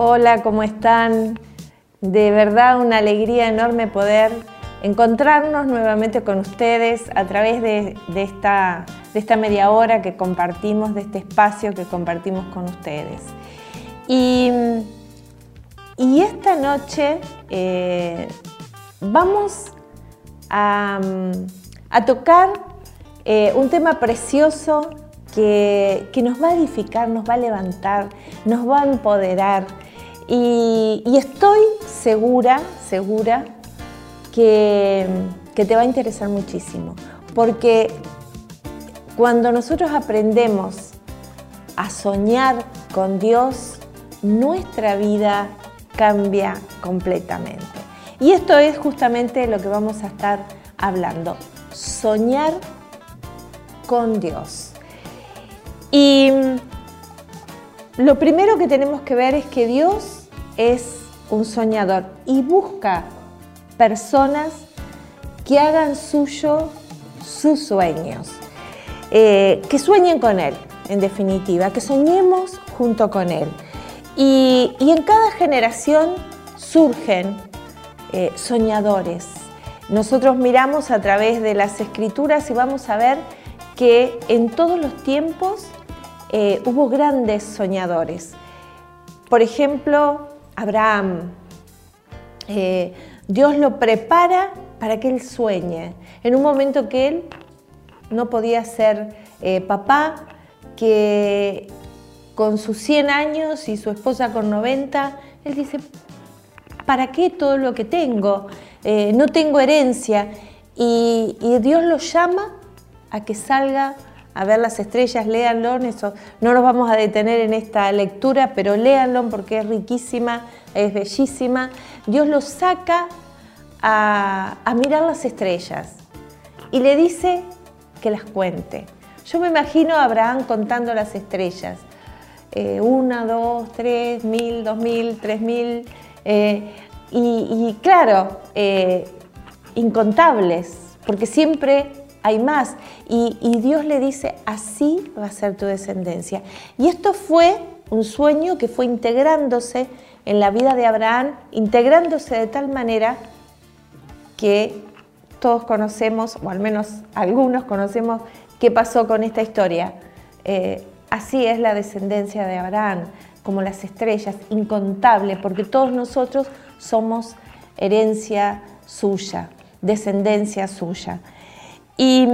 Hola, ¿cómo están? De verdad una alegría enorme poder encontrarnos nuevamente con ustedes a través de esta media hora que compartimos, de este espacio que compartimos con ustedes. Y esta noche vamos a tocar un tema precioso que nos va a edificar, nos va a levantar, nos va a empoderar. Y estoy segura que te va a interesar muchísimo, porque cuando nosotros aprendemos a soñar con Dios, nuestra vida cambia completamente. Y esto es justamente lo que vamos a estar hablando, soñar con Dios. Y lo primero que tenemos que ver es que Dios es un soñador y busca personas que hagan suyo sus sueños, que sueñen con Él, en definitiva, que soñemos junto con Él. Y en cada generación surgen soñadores. Nosotros miramos a través de las Escrituras y vamos a ver que en todos los tiempos hubo grandes soñadores. Por ejemplo, Abraham. Dios lo prepara para que él sueñe. En un momento que él no podía ser papá, que con sus 100 años y su esposa con 90, él dice, ¿para qué todo lo que tengo? No tengo herencia. Y Dios lo llama a que salga a ver las estrellas. Léanlo, eso no nos vamos a detener en esta lectura, pero léanlo porque es riquísima, es bellísima. Dios lo saca a mirar las estrellas y le dice que las cuente. Yo me imagino a Abraham contando las estrellas, 1, 2, 3, 1000, 2000, 3000, y claro, incontables, porque siempre hay más. Y Dios le dice, así va a ser tu descendencia. Y esto fue un sueño que fue integrándose en la vida de Abraham, integrándose de tal manera que todos conocemos, o al menos algunos conocemos, qué pasó con esta historia. Así es la descendencia de Abraham, como las estrellas, incontable, porque todos nosotros somos herencia suya, descendencia suya. Y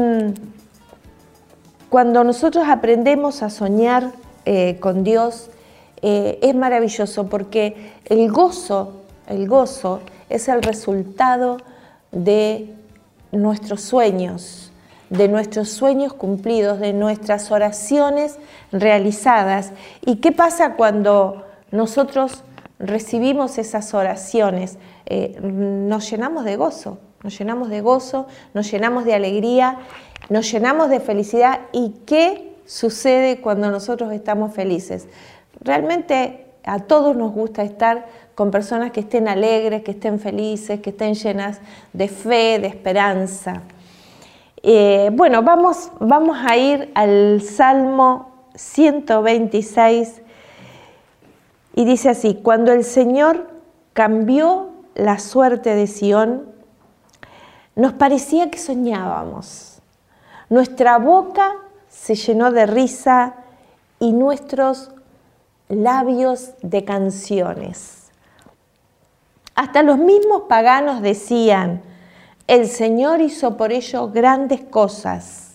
cuando nosotros aprendemos a soñar con Dios, es maravilloso porque el gozo es el resultado de nuestros sueños cumplidos, de nuestras oraciones realizadas. ¿Y qué pasa cuando nosotros recibimos esas oraciones? Nos llenamos de gozo. Nos llenamos de alegría, nos llenamos de felicidad. ¿Y qué sucede cuando nosotros estamos felices? Realmente a todos nos gusta estar con personas que estén alegres, que estén felices, que estén llenas de fe, de esperanza. Bueno, vamos a ir al Salmo 126 y dice así: cuando el Señor cambió la suerte de Sión, nos parecía que soñábamos. Nuestra boca se llenó de risa y nuestros labios de canciones. Hasta los mismos paganos decían, el Señor hizo por ello grandes cosas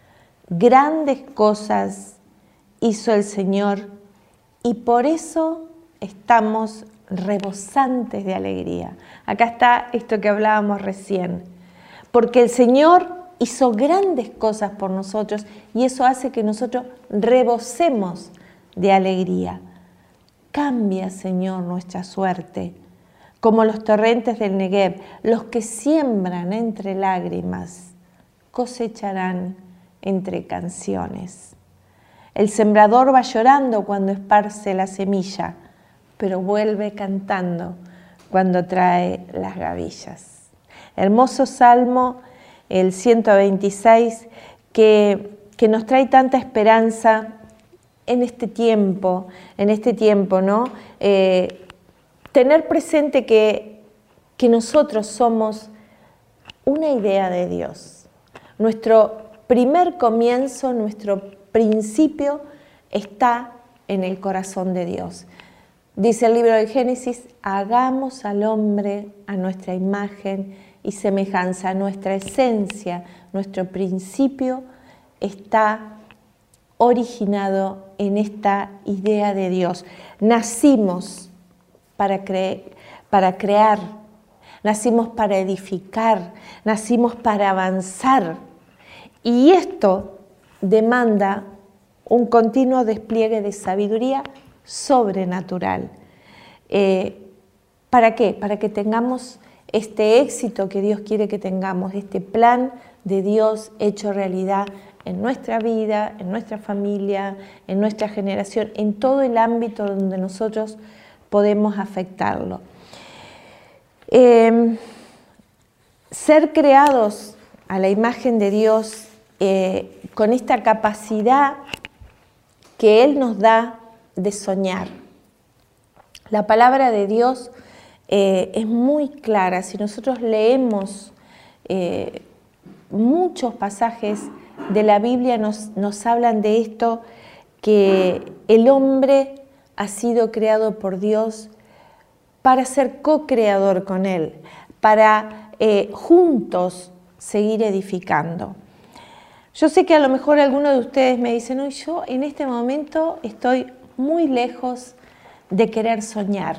hizo el Señor, y por eso estamos rebosantes de alegría. Acá está esto que hablábamos recién. Porque el Señor hizo grandes cosas por nosotros y eso hace que nosotros rebosemos de alegría. Cambia, Señor, nuestra suerte, como los torrentes del Negev. Los que siembran entre lágrimas cosecharán entre canciones. El sembrador va llorando cuando esparce la semilla, pero vuelve cantando cuando trae las gavillas. Hermoso salmo, el 126, que nos trae tanta esperanza en este tiempo, ¿no? Tener presente que nosotros somos una idea de Dios. Nuestro primer comienzo, nuestro principio está en el corazón de Dios. Dice el libro de Génesis, hagamos al hombre a nuestra imagen y semejanza, nuestra esencia, nuestro principio está originado en esta idea de Dios. Nacimos para crear, nacimos para edificar, nacimos para avanzar. Y esto demanda un continuo despliegue de sabiduría sobrenatural. ¿Para qué? Para que tengamos este éxito que Dios quiere que tengamos, este plan de Dios hecho realidad en nuestra vida, en nuestra familia, en nuestra generación, en todo el ámbito donde nosotros podemos afectarlo. Ser creados a la imagen de Dios con esta capacidad que Él nos da de soñar. La palabra de Dios es muy clara. Si nosotros leemos muchos pasajes de la Biblia nos hablan de esto, que el hombre ha sido creado por Dios para ser co-creador con Él, para juntos seguir edificando. Yo sé que a lo mejor algunos de ustedes me dicen, no, yo en este momento estoy muy lejos de querer soñar,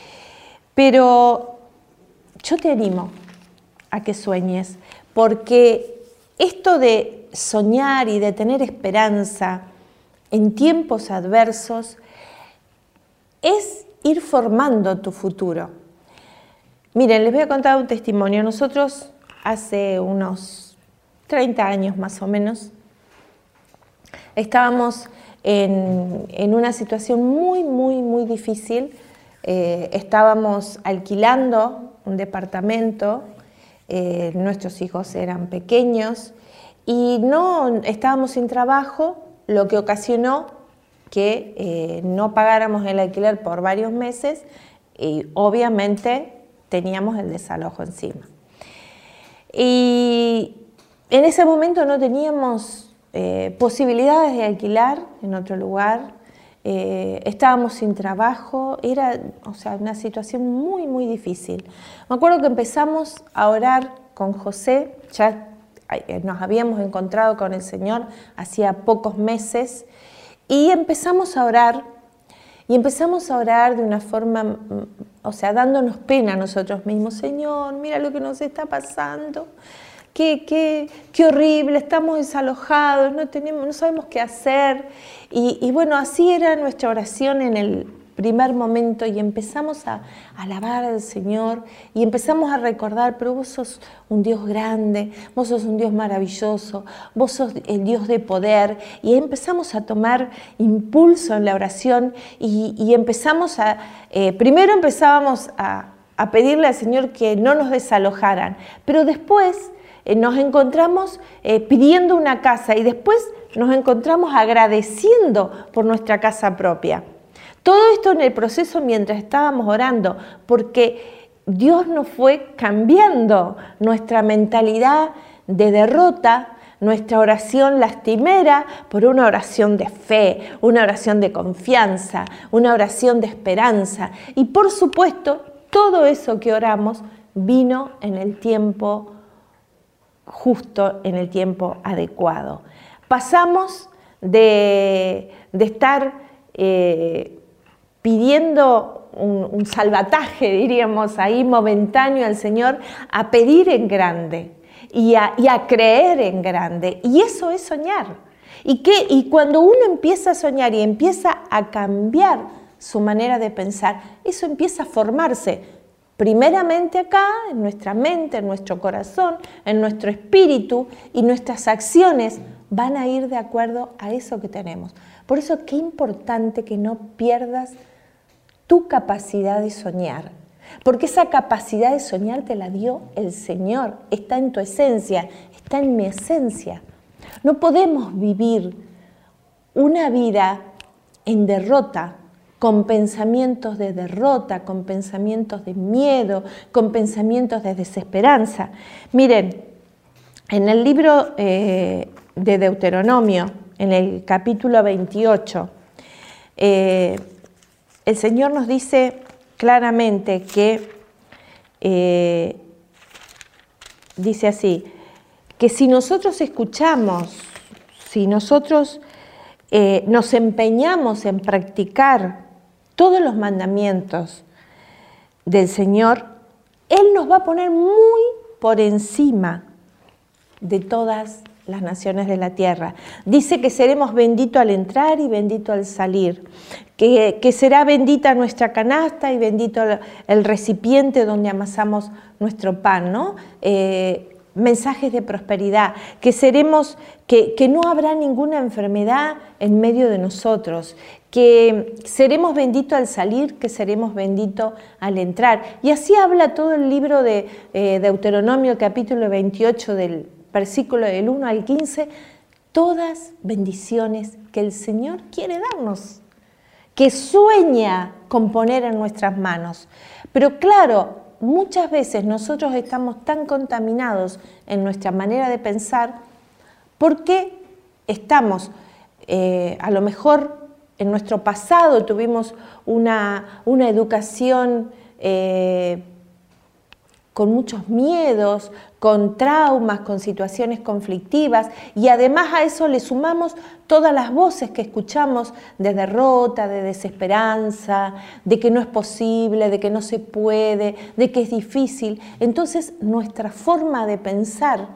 pero yo te animo a que sueñes, porque esto de soñar y de tener esperanza en tiempos adversos es ir formando tu futuro. Miren, les voy a contar un testimonio. Nosotros hace unos 30 años más o menos estábamos en una situación muy difícil. Estábamos alquilando un departamento, nuestros hijos eran pequeños y no estábamos sin trabajo, lo que ocasionó que no pagáramos el alquiler por varios meses y obviamente teníamos el desalojo encima. Y en ese momento no teníamos posibilidades de alquilar en otro lugar, estábamos sin trabajo, era una situación muy difícil. Me acuerdo que empezamos a orar con José, ya nos habíamos encontrado con el Señor hacía pocos meses, y empezamos a orar de una forma, dándonos pena a nosotros mismos. Señor, mira lo que nos está pasando, qué horrible, estamos desalojados, no sabemos qué hacer. Y bueno, así era nuestra oración en el primer momento, y empezamos a alabar al Señor y empezamos a recordar, pero vos sos un Dios grande, vos sos un Dios maravilloso, vos sos el Dios de poder. Y empezamos a tomar impulso en la oración y empezamos primero empezábamos a pedirle al Señor que no nos desalojaran, pero después nos encontramos pidiendo una casa y después nos encontramos agradeciendo por nuestra casa propia. Todo esto en el proceso mientras estábamos orando, porque Dios nos fue cambiando nuestra mentalidad de derrota, nuestra oración lastimera, por una oración de fe, una oración de confianza, una oración de esperanza. Y por supuesto, todo eso que oramos vino en el tiempo justo, en el tiempo adecuado. Pasamos de estar pidiendo un salvataje, diríamos ahí, momentáneo al Señor, a pedir en grande y a creer en grande. Y eso es soñar. Y cuando uno empieza a soñar y empieza a cambiar su manera de pensar, eso empieza a formarse primeramente acá, en nuestra mente, en nuestro corazón, en nuestro espíritu, y nuestras acciones van a ir de acuerdo a eso que tenemos. Por eso qué importante que no pierdas tu capacidad de soñar, porque esa capacidad de soñar te la dio el Señor, está en tu esencia, está en mi esencia. No podemos vivir una vida en derrota, con pensamientos de derrota, con pensamientos de miedo, con pensamientos de desesperanza. Miren, en el libro de Deuteronomio, en el capítulo 28, el Señor nos dice claramente que, dice así, que si nosotros escuchamos, si nosotros nos empeñamos en practicar todos los mandamientos del Señor, Él nos va a poner muy por encima de todas las naciones de la tierra. Dice que seremos benditos al entrar y bendito al salir, que será bendita nuestra canasta y bendito el recipiente donde amasamos nuestro pan, ¿no? Mensajes de prosperidad, que no habrá ninguna enfermedad en medio de nosotros, que seremos benditos al salir, que seremos benditos al entrar. Y así habla todo el libro de Deuteronomio, capítulo 28, del versículo del 1 al 15, todas bendiciones que el Señor quiere darnos, que sueña con poner en nuestras manos. Pero claro, muchas veces nosotros estamos tan contaminados en nuestra manera de pensar porque estamos, a lo mejor en nuestro pasado tuvimos una educación con muchos miedos, con traumas, con situaciones conflictivas, y además a eso le sumamos todas las voces que escuchamos de derrota, de desesperanza, de que no es posible, de que no se puede, de que es difícil. Entonces nuestra forma de pensar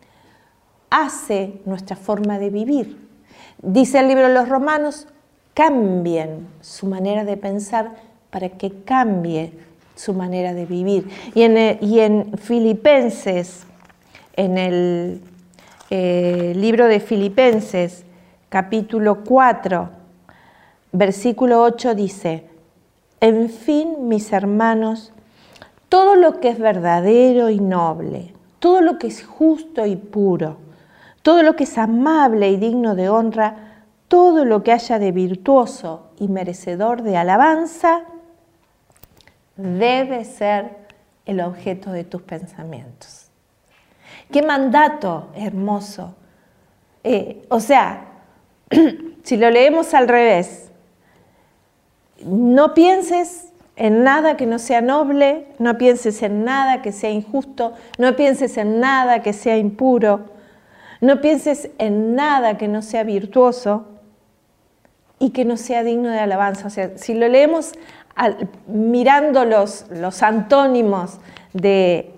hace nuestra forma de vivir. Dice el libro de los Romanos, cambien su manera de pensar para que cambie su manera de vivir. Y en Filipenses, en el libro de Filipenses, capítulo 4, versículo 8 dice, en fin, mis hermanos, todo lo que es verdadero y noble, todo lo que es justo y puro, todo lo que es amable y digno de honra, todo lo que haya de virtuoso y merecedor de alabanza, debe ser el objeto de tus pensamientos. ¡Qué mandato hermoso! Si lo leemos al revés, no pienses en nada que no sea noble, no pienses en nada que sea injusto, no pienses en nada que sea impuro, no pienses en nada que no sea virtuoso y que no sea digno de alabanza. O sea, si lo leemos mirando los antónimos de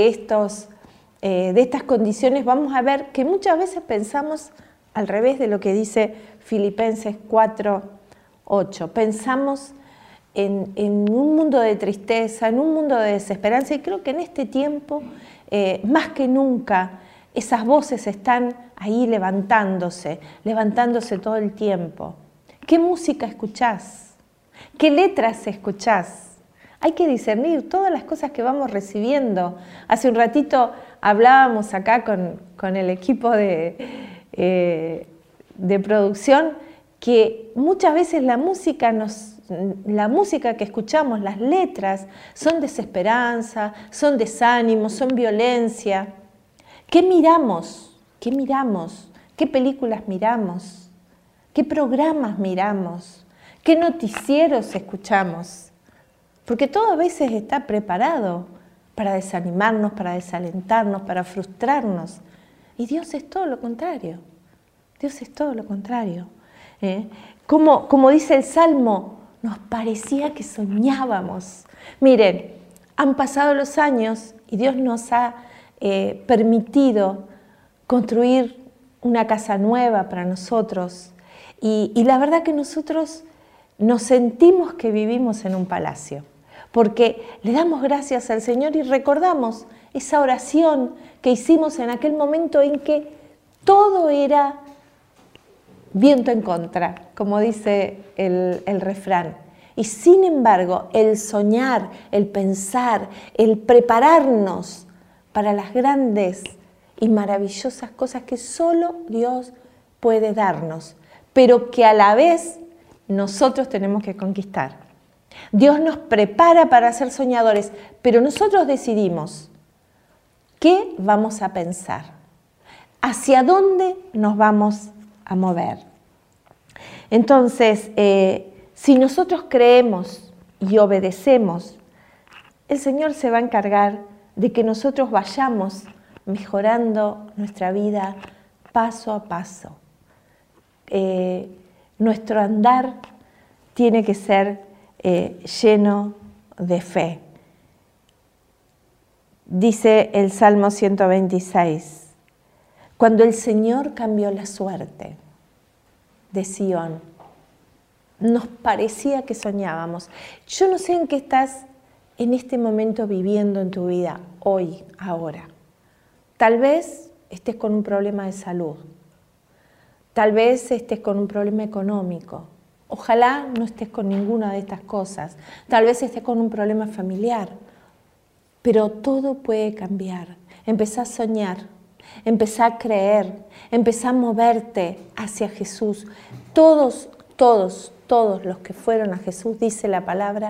estas condiciones, vamos a ver que muchas veces pensamos al revés de lo que dice Filipenses 4:8. Pensamos en un mundo de tristeza, en un mundo de desesperanza, y creo que en este tiempo, más que nunca, esas voces están ahí levantándose todo el tiempo. ¿Qué música escuchás? ¿Qué letras escuchás? Hay que discernir todas las cosas que vamos recibiendo. Hace un ratito hablábamos acá con el equipo de producción que muchas veces la música que escuchamos, las letras, son desesperanza, son desánimo, son violencia. ¿Qué miramos? ¿Qué miramos? ¿Qué películas miramos? ¿Qué programas miramos? ¿Qué noticieros escuchamos? Porque todo a veces está preparado para desanimarnos, para desalentarnos, para frustrarnos. Y Dios es todo lo contrario. Dios es todo lo contrario. Como dice el Salmo, nos parecía que soñábamos. Miren, han pasado los años y Dios nos ha permitido construir una casa nueva para nosotros. Y la verdad que nosotros nos sentimos que vivimos en un palacio, porque le damos gracias al Señor y recordamos esa oración que hicimos en aquel momento en que todo era viento en contra, como dice el refrán. Y sin embargo, el soñar, el pensar, el prepararnos para las grandes y maravillosas cosas que solo Dios puede darnos, pero que a la vez nosotros tenemos que conquistar. Dios nos prepara para ser soñadores, pero nosotros decidimos qué vamos a pensar, hacia dónde nos vamos a mover. Entonces, si nosotros creemos y obedecemos, el Señor se va a encargar de que nosotros vayamos mejorando nuestra vida paso a paso. Nuestro andar tiene que ser lleno de fe. Dice el Salmo 126, cuando el Señor cambió la suerte de Sión, nos parecía que soñábamos. Yo no sé en qué estás en este momento viviendo en tu vida, hoy, ahora. Tal vez estés con un problema de salud, tal vez estés con un problema económico, ojalá no estés con ninguna de estas cosas, tal vez estés con un problema familiar, pero todo puede cambiar. Empezá a soñar, empezá a creer, empezá a moverte hacia Jesús. Todos los que fueron a Jesús, dice la palabra,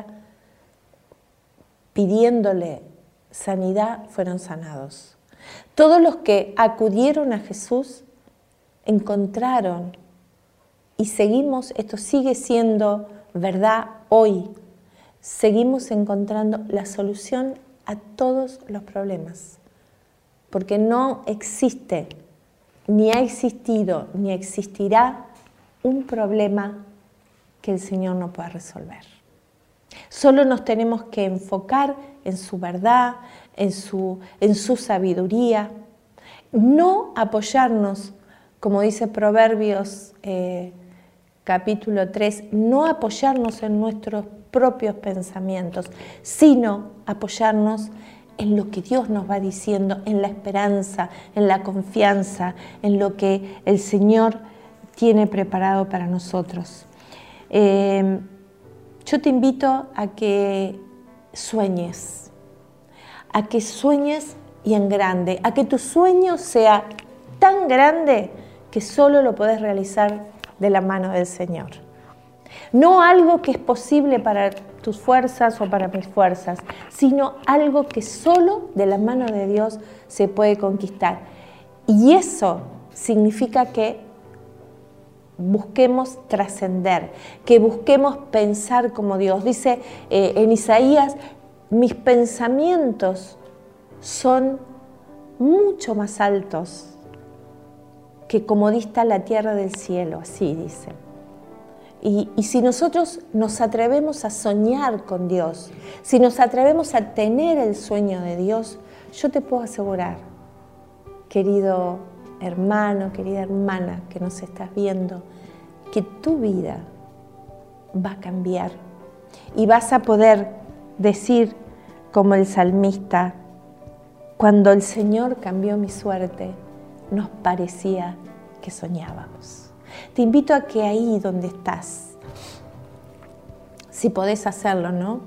pidiéndole sanidad, fueron sanados. Todos los que acudieron a Jesús encontraron, y seguimos, esto sigue siendo verdad hoy, seguimos encontrando la solución a todos los problemas, porque no existe, ni ha existido, ni existirá un problema que el Señor no pueda resolver. Solo nos tenemos que enfocar en su verdad, en su sabiduría, no apoyarnos, como dice Proverbios capítulo 3, no apoyarnos en nuestros propios pensamientos, sino apoyarnos en lo que Dios nos va diciendo, en la esperanza, en la confianza, en lo que el Señor tiene preparado para nosotros. Yo te invito a que sueñes y en grande, a que tu sueño sea tan grande que solo lo podés realizar de la mano del Señor. No algo que es posible para tus fuerzas o para mis fuerzas, sino algo que solo de la mano de Dios se puede conquistar. Y eso significa que busquemos trascender, que busquemos pensar como Dios. Dice en Isaías, mis pensamientos son mucho más altos que como dista la tierra del cielo, así dice. Y si nosotros nos atrevemos a soñar con Dios, si nos atrevemos a tener el sueño de Dios, yo te puedo asegurar, querido hermano, querida hermana que nos estás viendo, que tu vida va a cambiar y vas a poder decir como el salmista, cuando el Señor cambió mi suerte, nos parecía que soñábamos. Te invito a que ahí donde estás, si podés hacerlo, ¿no?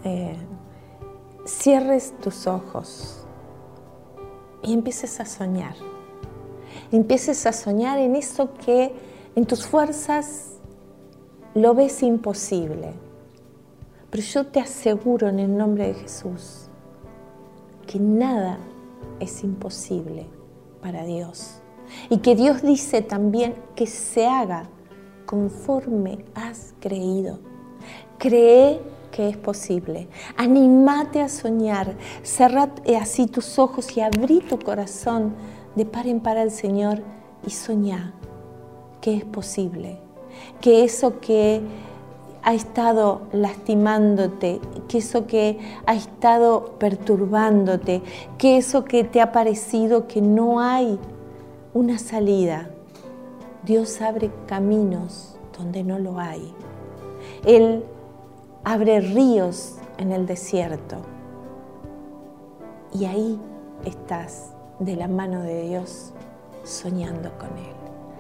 Cierres tus ojos y empieces a soñar. Empieces a soñar en eso que en tus fuerzas lo ves imposible. Pero yo te aseguro en el nombre de Jesús que nada es imposible para Dios. Y que Dios dice también que se haga conforme has creído. Cree que es posible. Anímate a soñar. Cerrá así tus ojos y abrí tu corazón de par en par al Señor y soñá que es posible. Que eso que ha estado lastimándote, que eso que ha estado perturbándote, que eso que te ha parecido que no hay una salida, Dios abre caminos donde no lo hay. Él abre ríos en el desierto. Y ahí estás de la mano de Dios soñando con Él.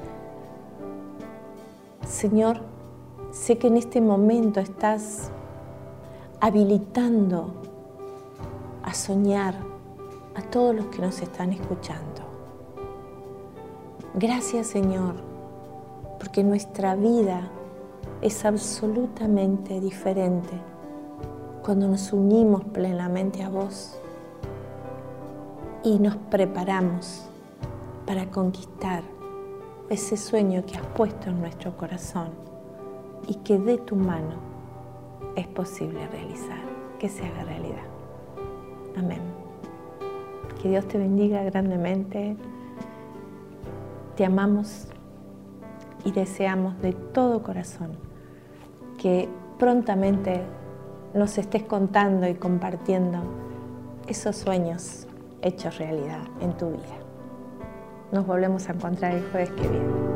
Señor, sé que en este momento estás habilitando a soñar a todos los que nos están escuchando. Gracias, Señor, porque nuestra vida es absolutamente diferente cuando nos unimos plenamente a vos y nos preparamos para conquistar ese sueño que has puesto en nuestro corazón y que de tu mano es posible realizar, que se haga realidad. Amén. Que Dios te bendiga grandemente. Te amamos y deseamos de todo corazón que prontamente nos estés contando y compartiendo esos sueños hechos realidad en tu vida. Nos volvemos a encontrar el jueves que viene.